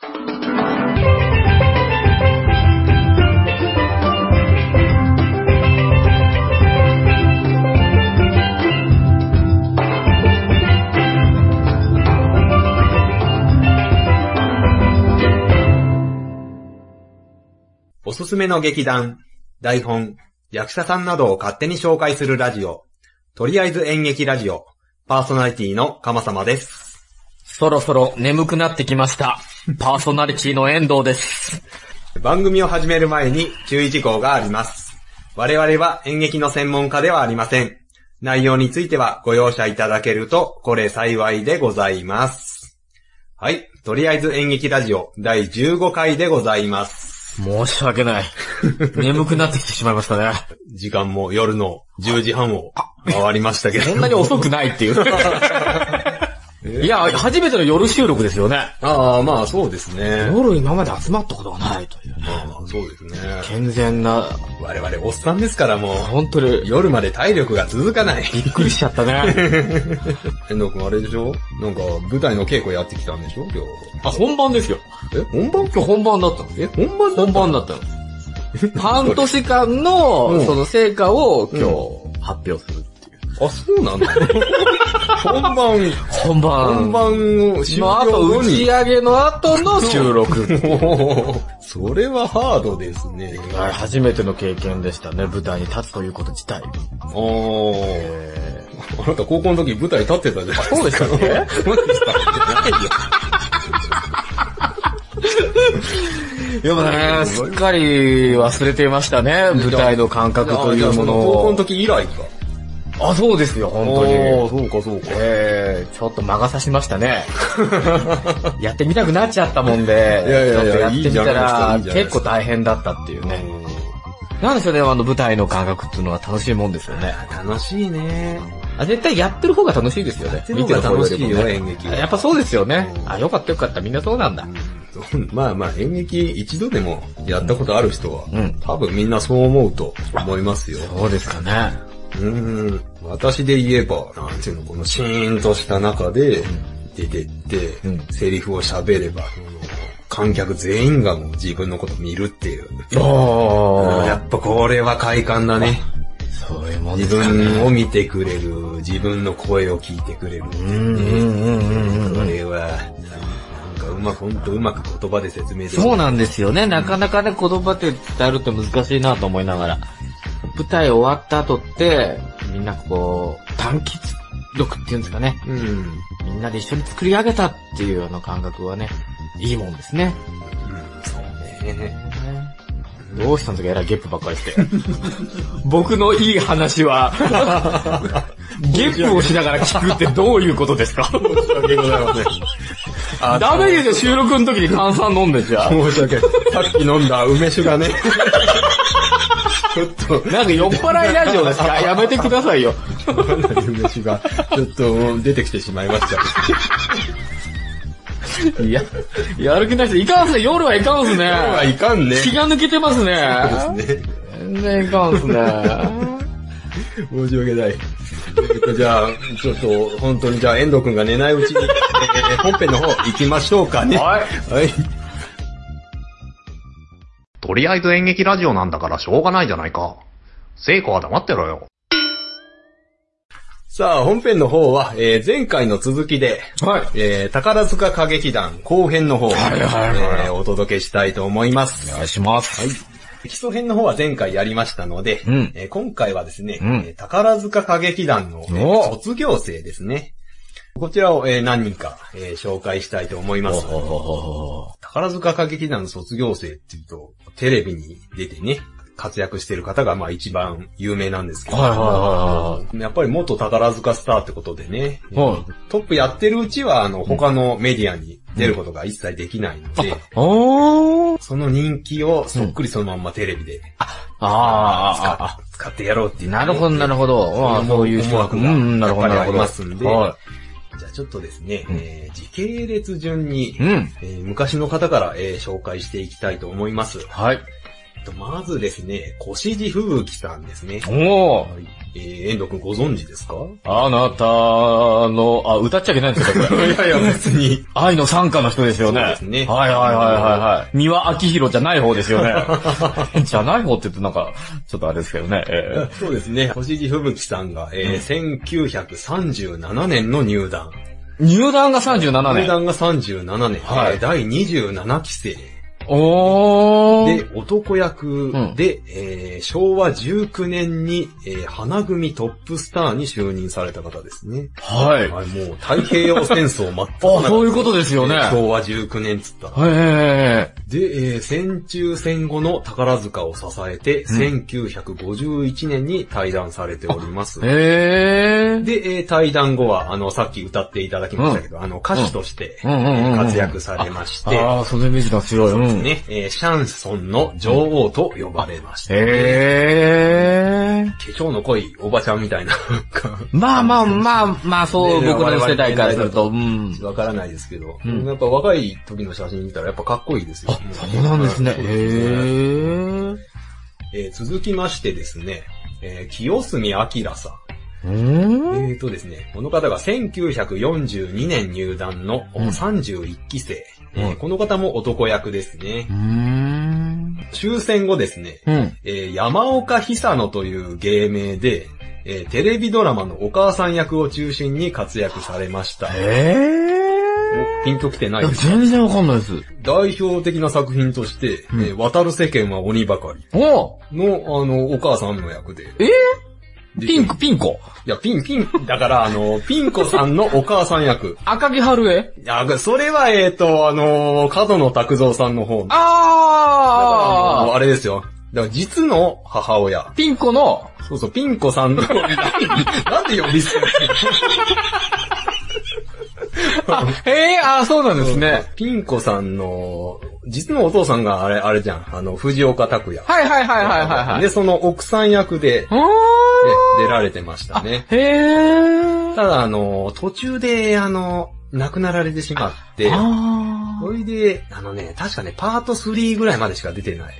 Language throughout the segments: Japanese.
おすすめの劇団、台本、役者さんなどを勝手に紹介するラジオ、とりあえず演劇ラジオ、パーソナリティの鎌様です。 そろそろ眠くなってきました。パーソナリティの遠藤です。 番組を始める前に注意事項があります。我々は演劇の専門家ではありません。内容についてはご容赦いただけるとこれ幸いでございます。はい、とりあえず演劇ラジオ第15回でございます。 申し訳ない。眠くなってきてしまいましたね。 時間も夜の10時半を回りましたけど。 そんなに遅くないっていう。いや、初めての夜収録ですよね。 ああ、まあそうですね。 夜今まで集まったことがないというね。 まあそうですね。 健全な。 我々おっさんですからもう。 本当に。 夜まで体力が続かない。 びっくりしちゃったね。 遠藤くんあれでしょ？なんか舞台の稽古やってきたんでしょ今日。 あ、本番ですよ。 本番？ 今日本番だったの。本番だったの。半年間の、その成果を今日発表するっていう。 あ、そうなんだ。本番を収録あと打ち上げの後の収録。 それはハードですね。 初めての経験でしたね、舞台に立つということ自体。 あなた高校の時舞台立ってたじゃないですか。 そうですかね。でもね、すっかり忘れていましたね、舞台の感覚というものを。 高校の時以来か。 あ、そうですよ、本当に。 そうか。 ちょっと魔が差しましたね。やってみたくなっちゃったもんで、 ちょっとやってみたら結構大変だったっていうね。なんでしょうね、舞台の感覚っていうのは楽しいもんですよね。 楽しいね。 絶対やってる方が楽しいですよね。 見てる方が楽しいよ、演劇。 やっぱそうですよね。よかったみんなそうなんだ。 まあ演劇一度でもやったことある人は、多分みんなそう思うと思いますよ。 そうですかね。 私で言えば、なんていうの、このシーンとした中で出てって、セリフを喋れば、観客全員がもう自分のこと見るっていう。やっぱこれは快感だね。 そういうもんですかね。自分を見てくれる、自分の声を聞いてくれる。これは、ほんとうまく言葉で説明できる。 そうなんですよね。なかなかね、言葉で伝えるって難しいなと思いながら。舞台終わった後って、みんなこう、短期力っていうんですかね。みんなで一緒に作り上げたっていう感覚はね、いいもんですね。 そうね。 どうしたんですか、えらいゲップばっかりして。僕のいい話は、ゲップをしながら聞くってどういうことですか？ 申し訳ございません。 ダメですよ、収録の時に炭酸飲んでじゃあ。 申し訳ない。さっき飲んだ梅酒がね。ちょっと。 なんか酔っ払いラジオですか？やめてくださいよ。 梅酒が、ちょっと出てきてしまいました。 いや、やる気ない人、いかんすね、夜はいかんすね。 夜はいかんね。 気が抜けてますね。 そうですね。 全然いかんすね。 申し訳ない。じゃあ、ちょっと、本当にじゃあ、遠藤くんが寝ないうちに、本編の方行きましょうかね。 はい。 とりあえず演劇ラジオなんだからしょうがないじゃないか。聖子は黙ってろよ。 さあ、本編の方は、前回の続きで、宝塚歌劇団後編の方を、お届けしたいと思います。 お願いします。 基礎編の方は前回やりましたので、今回はですね、宝塚歌劇団の、卒業生ですね。こちらを、何人か、紹介したいと思います。宝塚歌劇団の卒業生っていうと、テレビに出てね、活躍してる方が一番有名なんですけど、やっぱり元宝塚スターってことでね、トップやってるうちは他のメディアに出ることが一切できないので、その人気をそっくりそのまんまテレビで使ってやろうっていう、 なるほどなるほど、そういう思惑がやっぱりありますんで、 じゃあちょっとですね、時系列順に、昔の方から、紹介していきたいと思います。 はい。 まずですね、越路吹雪さんですね。 遠藤くんご存知ですか？ あなたの、歌っちゃいけないんですかこれ。 いやいや、別に。 愛の参加の人ですよね。 そうですね。 はいはいはいはい。三輪明宏じゃない方ですよね。じゃない方って言うとなんか、ちょっとあれですけどね。 そうですね。星地吹雪さんが、1937年の入団。 入団が37年。 入団が37年。はい。第27期生。 おー。 で、男役で、昭和19年に、花組トップスターに就任された方ですね。 はい。 もう太平洋戦争真っ只中。 そういうことですよね。 昭和19年つったら。で、戦中戦後の宝塚を支えて、1951年に退団されております。で、退団後は、さっき歌っていただきましたけど、歌手として活躍されまして。 そのイメージが強い。 シャンソンの女王と呼ばれました。化粧の濃いおばちゃんみたいな。 まあ、そう、僕の世代からすると、 わからないですけど、やっぱ若い時の写真見たらやっぱかっこいいですよ。 そうなんですね。 続きましてですね、清澄明さん。ですね、この方が1942年入団の31期生。この方も男役ですね。終戦後ですね、山岡久乃という芸名で、テレビドラマのお母さん役を中心に活躍されました。ピンときてないですか？ 全然わかんないです。 代表的な作品として、渡る世間は鬼ばかりの、お母さんの役で。 ピンコいや、だから、ピンコさんのお母さん役。 赤木春江？ それは、角野拓三さんの方。あれですよ。だから実の母親。 ピンコの、 そう、ピンコさんの、なんで呼び捨てそうなんですね。 ピンコさんの、実のお父さんがあれじゃん。藤岡拓也。 はい。 で、その奥さん役で、出られてましたね。ただ、途中で、亡くなられてしまって、それで、確かね、パート3ぐらいまでしか出てない。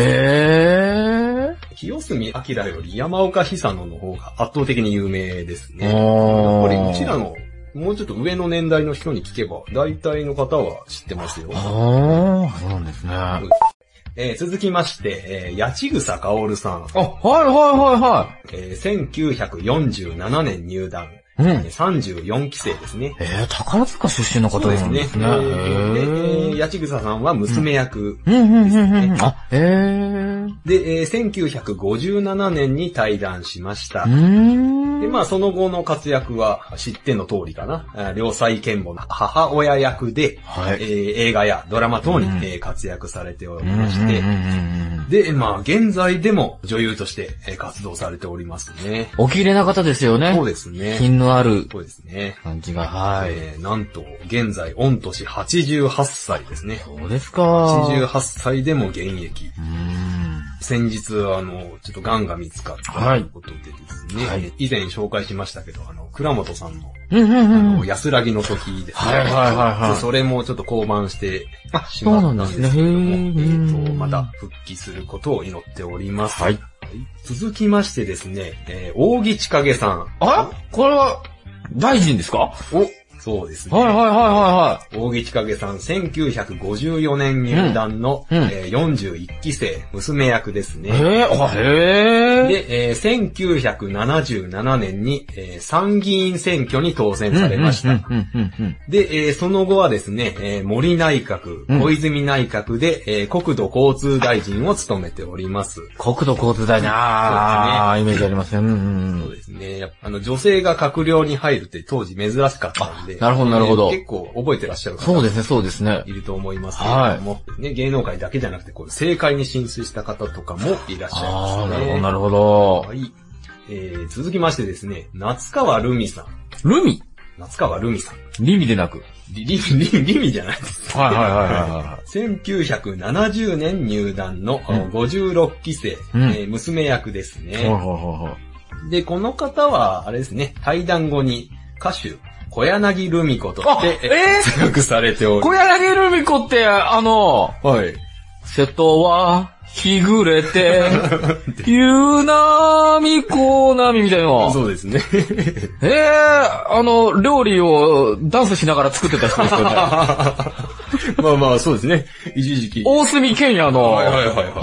清澄明より山岡久乃の方が圧倒的に有名ですね。これ、うちらの、もうちょっと上の年代の人に聞けば、大体の方は知ってますよ。 そうなんですね。 続きまして、八千草薫さん。1947年入団。34期生ですね。 宝塚出身の方なんですね。 で、八千草さんは娘役ですね。で、1957年に退団しました。で、その後の活躍は知っての通りかな。良妻賢母の母親役で、映画やドラマ等に活躍されておりまして、で、現在でも女優として活動されておりますね。 お綺麗な方ですよね。 そうですね。 品のある。 そうですね。 感じが、 なんと、現在、御年88歳ですね。 そうですか。 88歳でも現役。先日、ちょっと癌が見つかったということでですね、以前紹介しましたけど、倉本さんの、安らぎの時ですね。それもちょっと降板してしまったんですけども、また復帰することを祈っております。続きましてですね、扇千景さん。 これは、大臣ですか？ そうですね。扇千景さん、1954年入団の、41期生、娘役ですね。で、1977年に、参議院選挙に当選されました。で、その後はですね、森内閣、小泉内閣で、国土交通大臣を務めております。 国土交通大臣、イメージありますね。 そうですね。女性が閣僚に入るって当時珍しかったんで。 なるほど。 結構覚えてらっしゃる方そうですね。 いると思いますけれども、芸能界だけじゃなくて、政界に進出した方とかもいらっしゃいますね。 なるほど。 続きましてですね、夏川るみさん。夏川るみさん。 リミでなく。 リミじゃないです。1970年入団の56期生、娘役ですね。で、この方は、あれですね、退団後に歌手、小柳ルミ子として活躍されております。 小柳ルミ子って、瀬戸は日暮れて、夕波、こう波みたいな。 そうですね。 料理をダンスしながら作ってた人ですよね。 まあまあ、そうですね。一時期。 大隅健也の。 はい。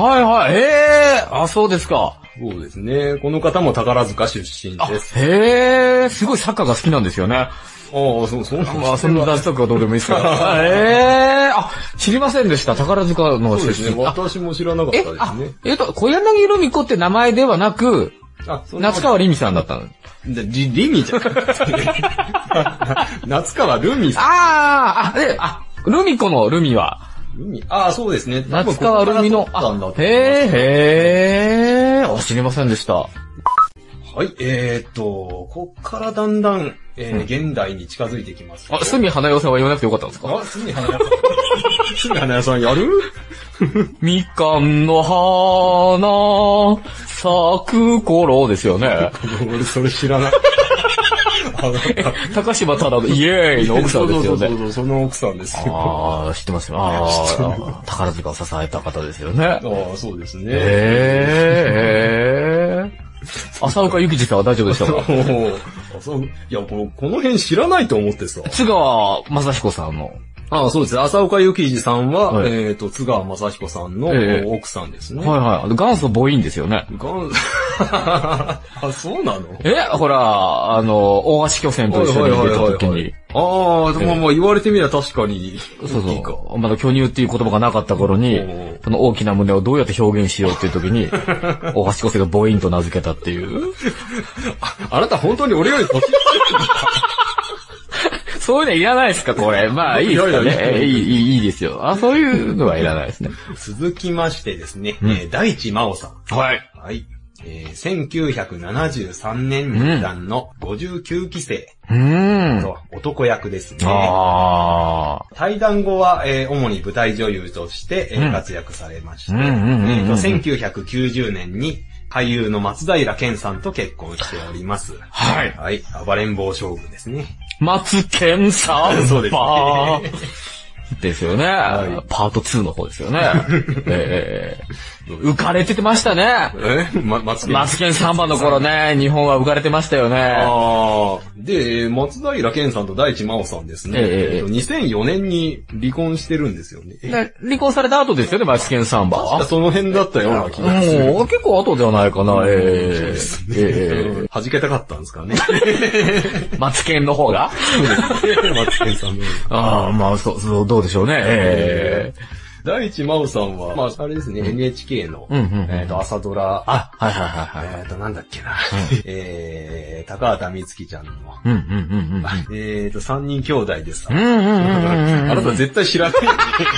そうですか。 そうですね。この方も宝塚出身です。 すごいサッカーが好きなんですよね。 そうなんです。 まあ、そんな男子サッカーはどうでもいいですけど。知りませんでした。宝塚の出身。そうですね。私も知らなかったですね。 小柳ルミ子って名前ではなく、夏川りみさんだったの。 りみじゃん。夏川るみさん。 ルミ子のルミは。 そうですね。 夏川るみの、知りませんでした。 はい、こっからだんだん、現代に近づいてきます。 隅花代さんは言わなくてよかったんですか？ 隅花代さん。隅花代さんやる？ みかんの花、咲く頃ですよね。 俺それ知らない。 高島忠のイエーイの奥さんですよね。 そう、その奥さんですよ。 知ってますよ。宝塚を支えた方ですよね。 そうですね。 浅岡幸二さんは大丈夫でしょうか？ いや、この辺知らないと思ってさ。 津川雅彦さんの。 そうです。浅岡幸二さんは、津川雅彦さんの奥さんですね。 元祖母音ですよね。 そうなの？ ほら、大橋巨泉と一緒に出た時に。 まあ言われてみれば確かに。 そう。まだ巨乳っていう言葉がなかった頃に、その大きな胸をどうやって表現しようっていう時に、大橋巨泉が母音と名付けたっていう。 あなた本当に俺より年下ですか？ そういうのいらないですか、これ。まあ、いいですかね。いいですよ。そういうのはいらないですね。 続きましてですね、大地真央さん。 はい。 1973年入団の59期生。男役ですね。退団後は、主に舞台女優として、活躍されまして、1990年に俳優の松平健さんと結婚しております。 はい。 はい。暴れん坊将軍ですね。 松健さん。 そうですね。 ですよね。パート2の方ですよね。浮かれてましたね。松健3番の頃ね、日本は浮かれてましたよね。 で、松平健さんと大地真央さんですね。2004年に離婚してるんですよね。 離婚された後ですよね、松健3番は。 その辺だったような気がする。 結構後ではないかな。弾けたかったんですかね。 松健の方が松健さんの。 まあ、どうでしょうね。 大地真央さんは、まあ、あれですね、NHK の、朝ドラ、なんだっけな、高畑充希ちゃんの、3人兄弟です。あなた絶対知らない。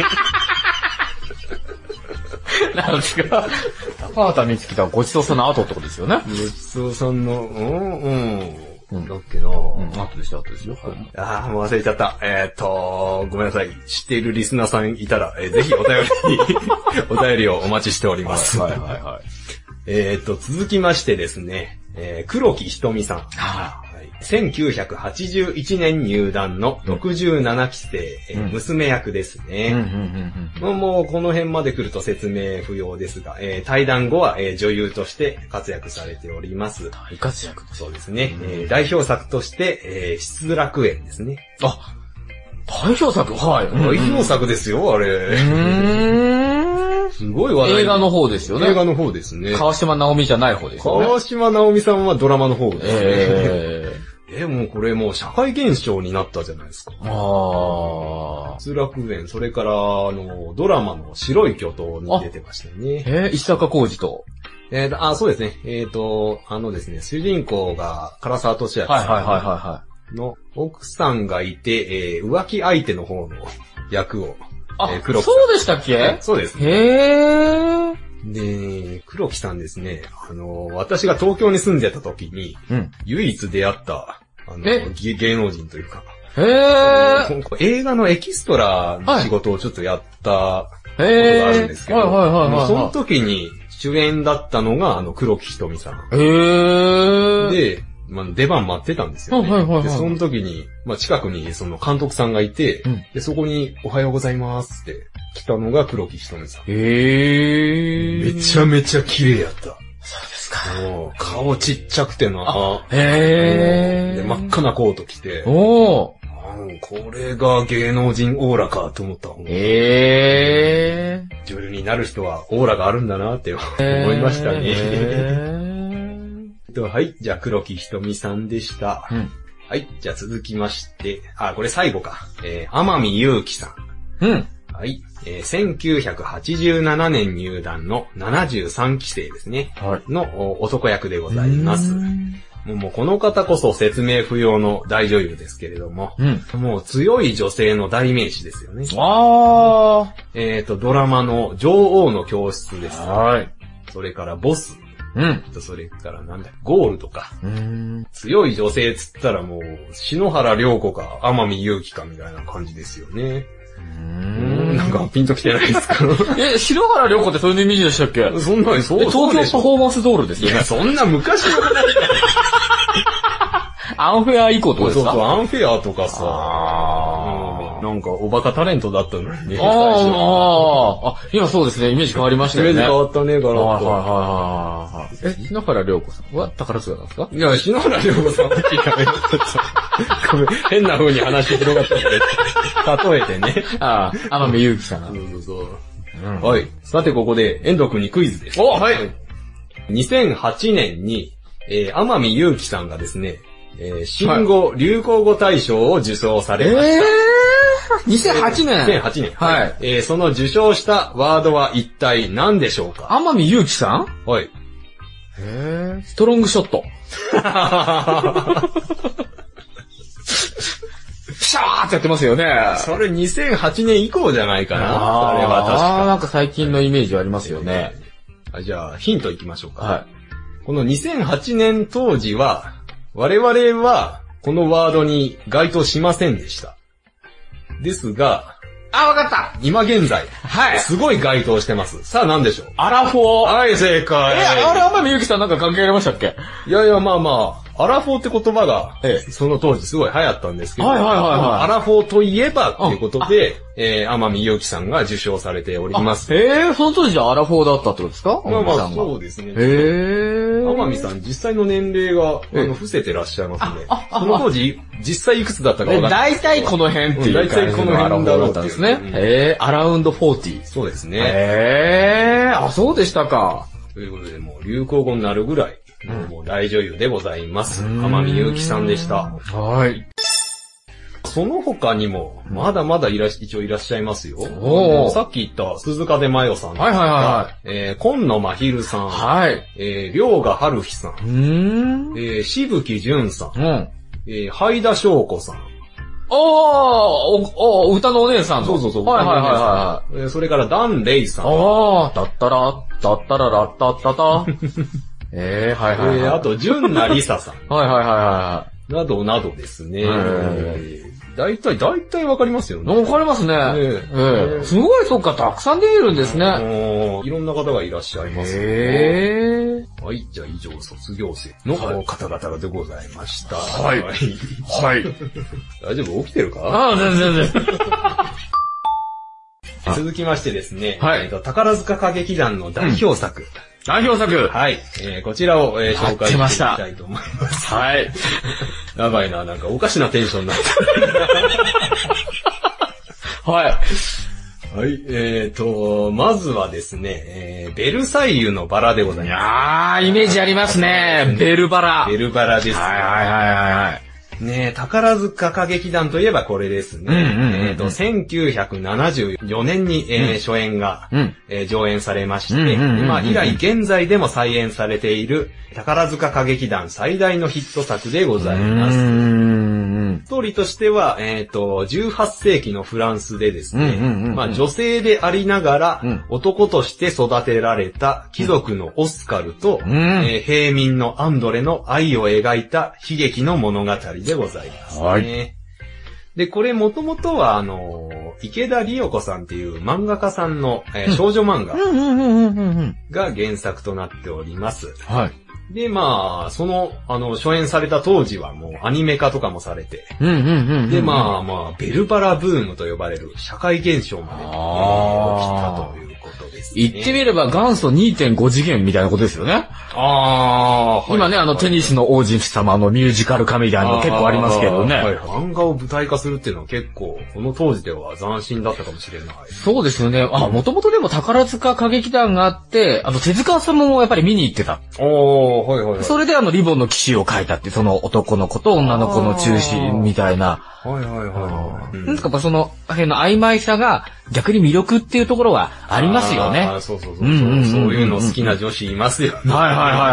なんですか高畑充希とはごちそうさんの後ってことですよね。 ごちそうさんの、だっけな後ですよ。 もう忘れちゃった。ごめんなさい。知っているリスナーさんいたら、ぜひお便りをお待ちしております。続きましてですね、黒木瞳さん。1981年入団の67期生、娘役ですね。もうこの辺まで来ると説明不要ですが、退団後は、女優として活躍されております。 大活躍。 そうですね。代表作として、失楽園ですね。 代表作はい。 代表作ですよ、あれ。すごい話題。 映画の方ですよね。 映画の方ですね。 川島直美じゃない方ですよね。 川島直美さんはドラマの方ですね。もうこれもう社会現象になったじゃないですか。失楽園、それからドラマの白い巨頭に出てましたよね。 石坂浩二と。 そうですね。ですね、主人公が唐沢寿明さんの奥さんがいて、浮気相手の方の役を、黒木さん。 そうでしたっけ？ そうですね。で、黒木さんですね、私が東京に住んでた時に、唯一出会った、芸能人というか、映画のエキストラの仕事をちょっとやったことがあるんですけど、その時に主演だったのが、黒木瞳さん。で、出番待ってたんですよね。で、その時に、近くにその監督さんがいて、で、そこにおはようございますって来たのが黒木瞳さん。 めちゃめちゃ綺麗やった。 そうですか。 顔ちっちゃくてな。 で、 真っ赤なコート着て。 これが芸能人オーラかと思った。女優になる人はオーラがあるんだなって思いましたね。はい。じゃあ黒木瞳さんでした。はい。じゃあ続きまして、これ最後か。天海祐希さん。はい。1987年入団の73期生ですね。の男役でございます。もうこの方こそ説明不要の大女優ですけれども、もう強い女性の代名詞ですよね。ドラマの女王の教室です。それからボス。それからゴールとか。強い女性つったらもう、篠原涼子か天海祐希かみたいな感じですよね。なんかピンときてないですか？ 篠原涼子ってそういうイメージでしたっけ？ そんなに、 東京パフォーマンスドールですよね。 いや、そんな昔の話じゃない。 アンフェア以降ってことですか？ そう、アンフェアとかさ、なんかおバカタレントだったのにね。 今そうですね、イメージ変わりましたよね。 イメージ変わったね、ガラッと。 篠原涼子さんは宝塚なんですか？ いや、篠原涼子さんは変な風に話広がったんで、例えてね。 天海祐希さん。 そう。はい。さてここで、遠藤くんにクイズです。 はい。 2008年に、天海祐希さんがですね、新語・流行語大賞を受賞されました。 2008年 ?2008 年。はい。その受賞したワードは一体何でしょうか？ 天海祐希さん？ はい。 ストロングショット。シャーってやってますよね。 それ2008年以降じゃないかな。それは確か。 なんか最近のイメージありますよね。 じゃあ、ヒントいきましょうか。この2008年当時は、我々はこのワードに該当しませんでした。ですが、 わかった。 今現在、すごい該当してます。さあ何でしょう？ アラフォー。 はい、正解。 あれ、天海祐希さんなんか関係ありましたっけ？ いや、まあ、アラフォーって言葉が、その当時すごい流行ったんですけど、アラフォーといえばっていうことで、天海祐希さんが受賞されております。 その当時はアラフォーだったってことですか？ まあ、そうですね。天海さん実際の年齢が、伏せてらっしゃいますね。その当時、実際いくつだったか分かんない。 大体この辺っていう感じのアラフォーだったんですね。アラウンド40。 そうですね。 そうでしたか。 ということで、もう流行語になるぐらい、もう大女優でございます。天海祐希さんでした。 はい。 その他にも、まだまだ一応いらっしゃいますよ。さっき言った鈴鹿でマヨさんとか、今野真昼さん、涼賀春日さん、渋木淳さん、灰田翔子さん。 歌のお姉さんの。 そう。それからダンレイさん。 タッタラッタッタララッタッタタ。 あと、純奈りささん。 などなどですね。大体わかりますよね。 わかりますね。すごい、そっか、たくさん出てるんですね。 いろんな方がいらっしゃいます。はい、じゃあ以上、卒業生の方々でございました。はい。大丈夫？起きてるか？ 全然。 続きましてですね、宝塚歌劇団の代表作。 はい。 こちらを、紹介していきたいと思います。 はい。 やばいな、なんかおかしなテンションになってる。 はい。 まずはですね、ベルサイユのバラでございます。イメージありますね。ベルバラ。 ベルバラです。ね、宝塚歌劇団といえばこれですね。1974年に、初演が、上演されまして、以来現在でも再演されている宝塚歌劇団最大のヒット作でございます。ストーリーとしては、18世紀のフランスでですね、女性でありながら、男として育てられた貴族のオスカルと、平民のアンドレの愛を描いた悲劇の物語でございますね。で、これもともとは池田理代子さんっていう漫画家さんの、少女漫画が原作となっております。 で、まあ、初演された当時はもうアニメ化とかもされて、で、まあ、ベルバラブームと呼ばれる社会現象まで、起きたということですね。 言ってみれば元祖 2.5 次元みたいなことですよね。今ね、テニスの王子様のミュージカル化みたいなの結構ありますけどね。 漫画を舞台化するっていうのは結構、この当時では斬新だったかもしれない。 そうですよね。もともとでも宝塚歌劇団があって、手塚さんもやっぱり見に行ってた。それでリボンの騎士を書いたって、その男の子と女の子の中心みたいな。なんですか、その辺の曖昧さが逆に魅力っていうところはありますよね。 そういうの好きな女子いますよね。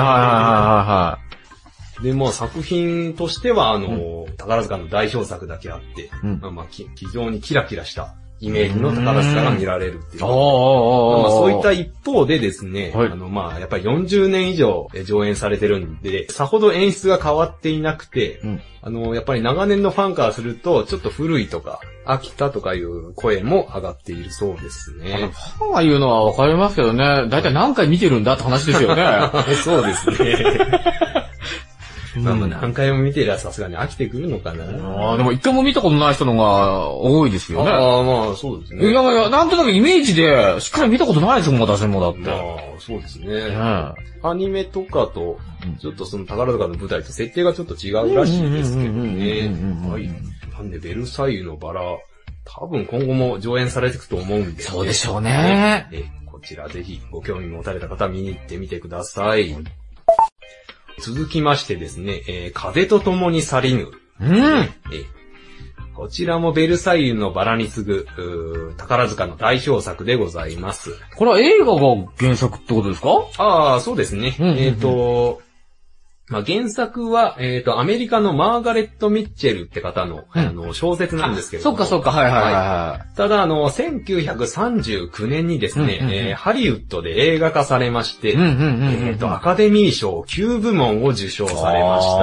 で、も作品としては、宝塚の代表作だけあって、非常にキラキラしたイメージの宝塚が見られるっていう。そういった一方でですね、やっぱり40年以上上演されてるんで、さほど演出が変わっていなくて、やっぱり長年のファンからすると、ちょっと古いとか、飽きたとかいう声も上がっているそうですね。 ファンが言うのはわかりますけどね、だいたい何回見てるんだって話ですよね。 そうですね。何回も見てりゃさすがに飽きてくるのかな。 でも一回も見たことない人のが多いですよね。 そうですね。 いや、なんとなくイメージでしっかり見たことないですもん、私もだって。 そうですね。アニメとかと、ちょっとその宝塚の舞台と設定がちょっと違うらしいですけどね。なんでベルサイユのバラ、多分今後も上演されていくと思うんで。 そうでしょうね。 こちらぜひご興味持たれた方見に行ってみてください。続きましてですね、風と共に去りぬ。こちらもベルサイユのバラに次ぐ、宝塚の代表作でございます。 これは映画が原作ってことですか？ そうですね。原作は、アメリカのマーガレット・ミッチェルって方の、小説なんですけれども。 そっか、はい。 ただ、1939年にですね、ハリウッドで映画化されまして、アカデミー賞9部門を受賞されました。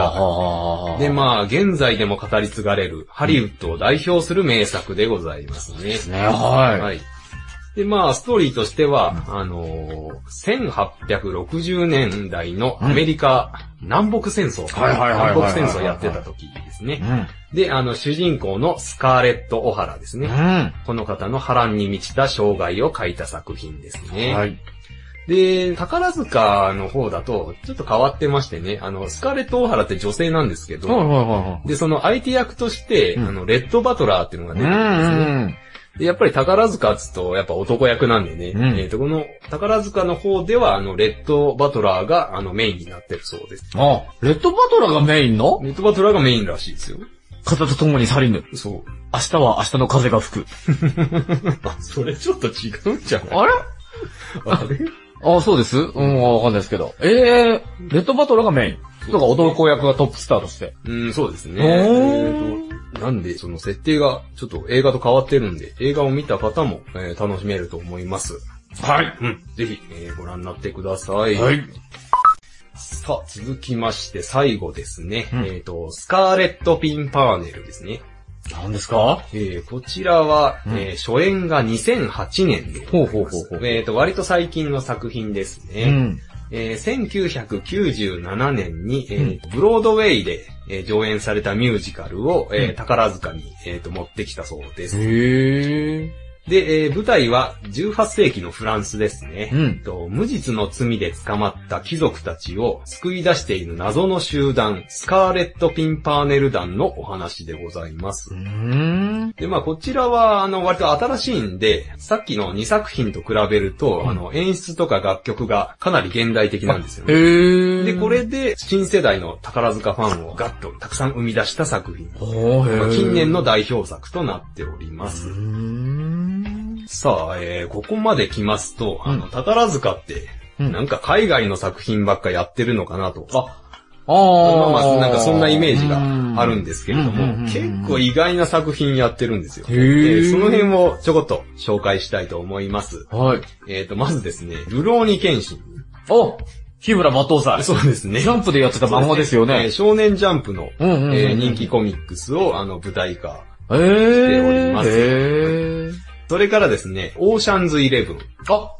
で、現在でも語り継がれる、ハリウッドを代表する名作でございますね。で、ストーリーとしては、1860年代のアメリカ、南北戦争。南北戦争やってた時ですね。で、主人公のスカーレット・オハラですね。この方の波乱に満ちた生涯を書いた作品ですね。で、宝塚の方だと、ちょっと変わってましてね、スカーレット・オハラって女性なんですけど、で、その相手役として、レッド・バトラーっていうのが出てるんですね。で、やっぱり宝塚っつと、やっぱ男役なんでね、この宝塚の方では、レッドバトラーが、メインになってるそうです。 レッドバトラーがメインの？ レッドバトラーがメインらしいですよ。 風と共に去りぬ。 そう。 明日は明日の風が吹く。 それちょっと違うんじゃない？ あれ？そうです？わかんないですけど。レッドバトラーがメイン。とか男役がトップスターとして。 そうですね。なんで、その設定がちょっと映画と変わってるんで、映画を見た方も、楽しめると思います。ぜひ、ご覧になってください。さあ、続きまして最後ですね。スカーレット・ピンパーネルですね。 何ですか？ こちらは、初演が2008年で、割と最近の作品ですね。1997年に、ブロードウェイで、上演されたミュージカルを、宝塚に、持ってきたそうです。で、舞台は18世紀のフランスですね。無実の罪で捕まった貴族たちを救い出している謎の集団、スカーレット・ピンパーネル団のお話でございます。で、こちらは、割と新しいんで、さっきの2作品と比べると、演出とか楽曲がかなり現代的なんですよね。で、これで、新世代の宝塚ファンをガッとたくさん生み出した作品。近年の代表作となっております。さあ、ここまで来ますと、宝塚って、なんか海外の作品ばっかやってるのかなと。なんかそんなイメージがあるんですけれども、結構意外な作品やってるんですよ。その辺をちょこっと紹介したいと思います。まずですね、るろうに剣心。 日村麻湯さん。 そうですね。 ジャンプでやってた漫画ですよね。 少年ジャンプの人気コミックスを舞台化しております。それからですね、オーシャンズ11。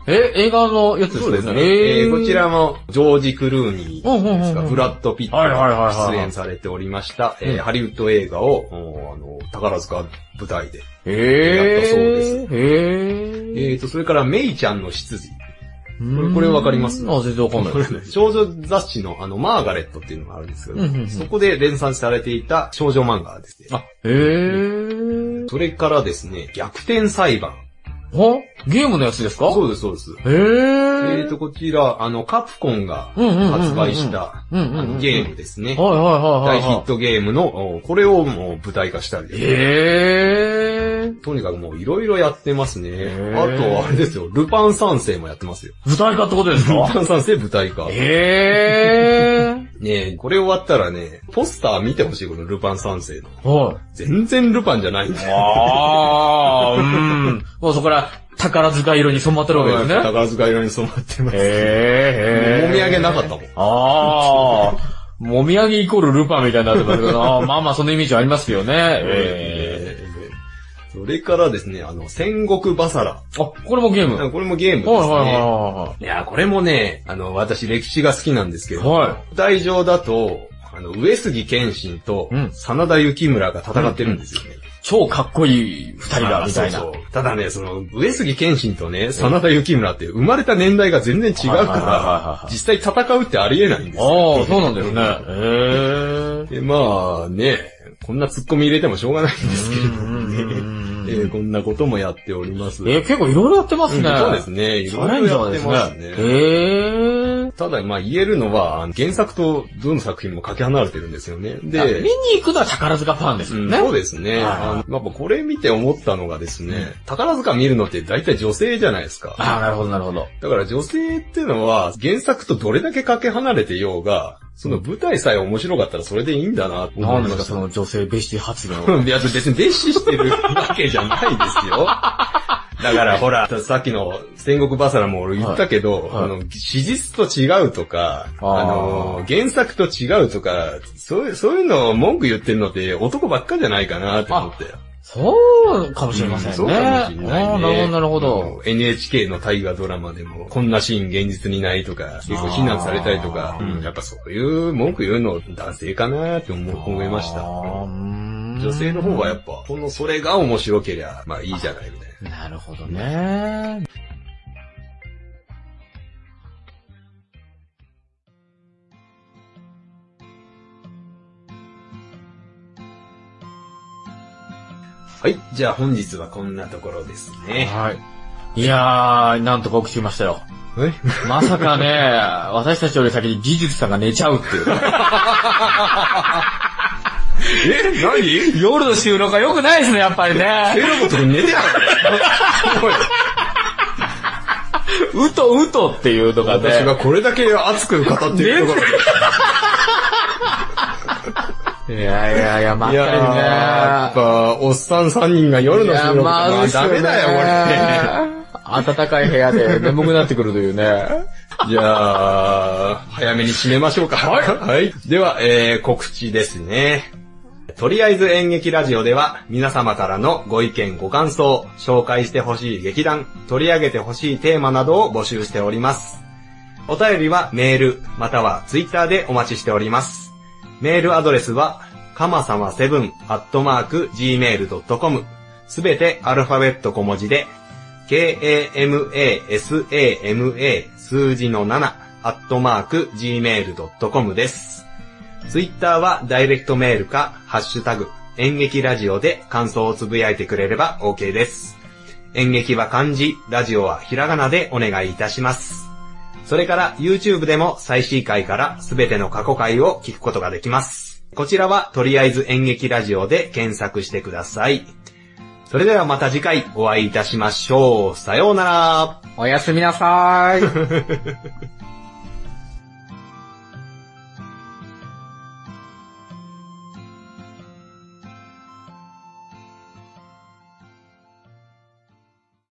映画のやつですね。 そうですね。こちらも、ジョージ・クルーニーですか、ブラッド・ピットが出演されておりました、ハリウッド映画を、宝塚舞台でやったそうです。それからメイちゃんの執事。これわかります？ 全然わかんないですね。 少女雑誌のマーガレットっていうのがあるんですけど、そこで連載されていた少女漫画ですね。それからですね、逆転裁判。 ゲームのやつですか？ そうです、そうです。こちら、カプコンが発売したゲームですね。大ヒットゲームの、これをもう舞台化したりですね。とにかくもういろいろやってますね。あと、あれですよ、ルパン三世もやってますよ。 舞台化ってことですか？ ルパン三世舞台化。ねえ、これ終わったらね、ポスター見てほしい、このルパン三世の。全然ルパンじゃないんだよ。 もうそこから宝塚色に染まってるわけですね。 宝塚色に染まってます。もみあげなかったもん。 もみあげイコールルパンみたいになってますけど、まあまあそのイメージありますよね。 それからですね、戦国バサラ。 これもゲーム？ これもゲームですね。いや、これもね、私歴史が好きなんですけど、舞台上だと、上杉謙信と真田幸村が戦ってるんですよね。 超かっこいい二人だ、みたいな。 そう。ただね、上杉謙信とね、真田幸村って生まれた年代が全然違うから、実際戦うってありえないんですよ。 そうなんですね。 で、まあね、こんな突っ込み入れてもしょうがないんですけれどもね。こんなこともやっております。 結構いろいろやってますね。 そうですね。いろいろやってますね。ただ、まあ言えるのは、原作とどの作品もかけ離れてるんですよね。で、 見に行くのは宝塚ファンですよね。 そうですね。やっぱこれ見て思ったのがですね、宝塚見るのって大体女性じゃないですか。 なるほど、なるほど。 だから女性っていうのは、原作とどれだけかけ離れてようが、その舞台さえ面白かったらそれでいいんだなって思いました。 なんですか、その女性蔑視発言。 いや、別に蔑視してるわけじゃないですよ。だからほら、さっきの戦国バサラも俺言ったけど、史実と違うとか、原作と違うとか、そういうのを文句言ってるのって男ばっかじゃないかなって思って。 そうかもしれませんね。 そうかもしれないね。 なるほど。 NHK の大河ドラマでも、こんなシーン現実にないとか、結構非難されたりとか、やっぱそういう文句言うの男性かなって思いました。女性の方がやっぱ、それが面白けりゃ、まあいいじゃないみたいな。 なるほどね。 はい。じゃあ本日はこんなところですね。 はい。いやー、なんとか起きてましたよ。まさかね、私たちより先に技術さんが寝ちゃうっていう。 何？ 夜の収録が良くないですね、やっぱりね。 セロボトル寝てやる。うとっていうのがね。 私がこれだけ熱く語ってるところいや、まったりね。 やっぱ、おっさん3人が夜の収録はダメだよ、これ。暖かい部屋で眠くなってくるというね。 じゃあ、早めに締めましょうか。はい。では、告知ですね。とりあえず演劇ラジオでは皆様からのご意見ご感想、紹介してほしい劇団、取り上げてほしいテーマなどを募集しております。お便りはメール、またはツイッターでお待ちしております。メールアドレスは、かまさま7@gmail.com すべてアルファベット小文字で、KAMASAMA 数字の7@gmail.com です。ツイッターはダイレクトメールか、ハッシュタグ、演劇ラジオで感想をつぶやいてくれれば OK です。演劇は漢字、ラジオはひらがなでお願いいたします。それから YouTube でも最新回からすべての過去回を聞くことができます。こちらはとりあえず演劇ラジオで検索してください。それではまた次回お会いいたしましょう。さようなら。 おやすみなさーい。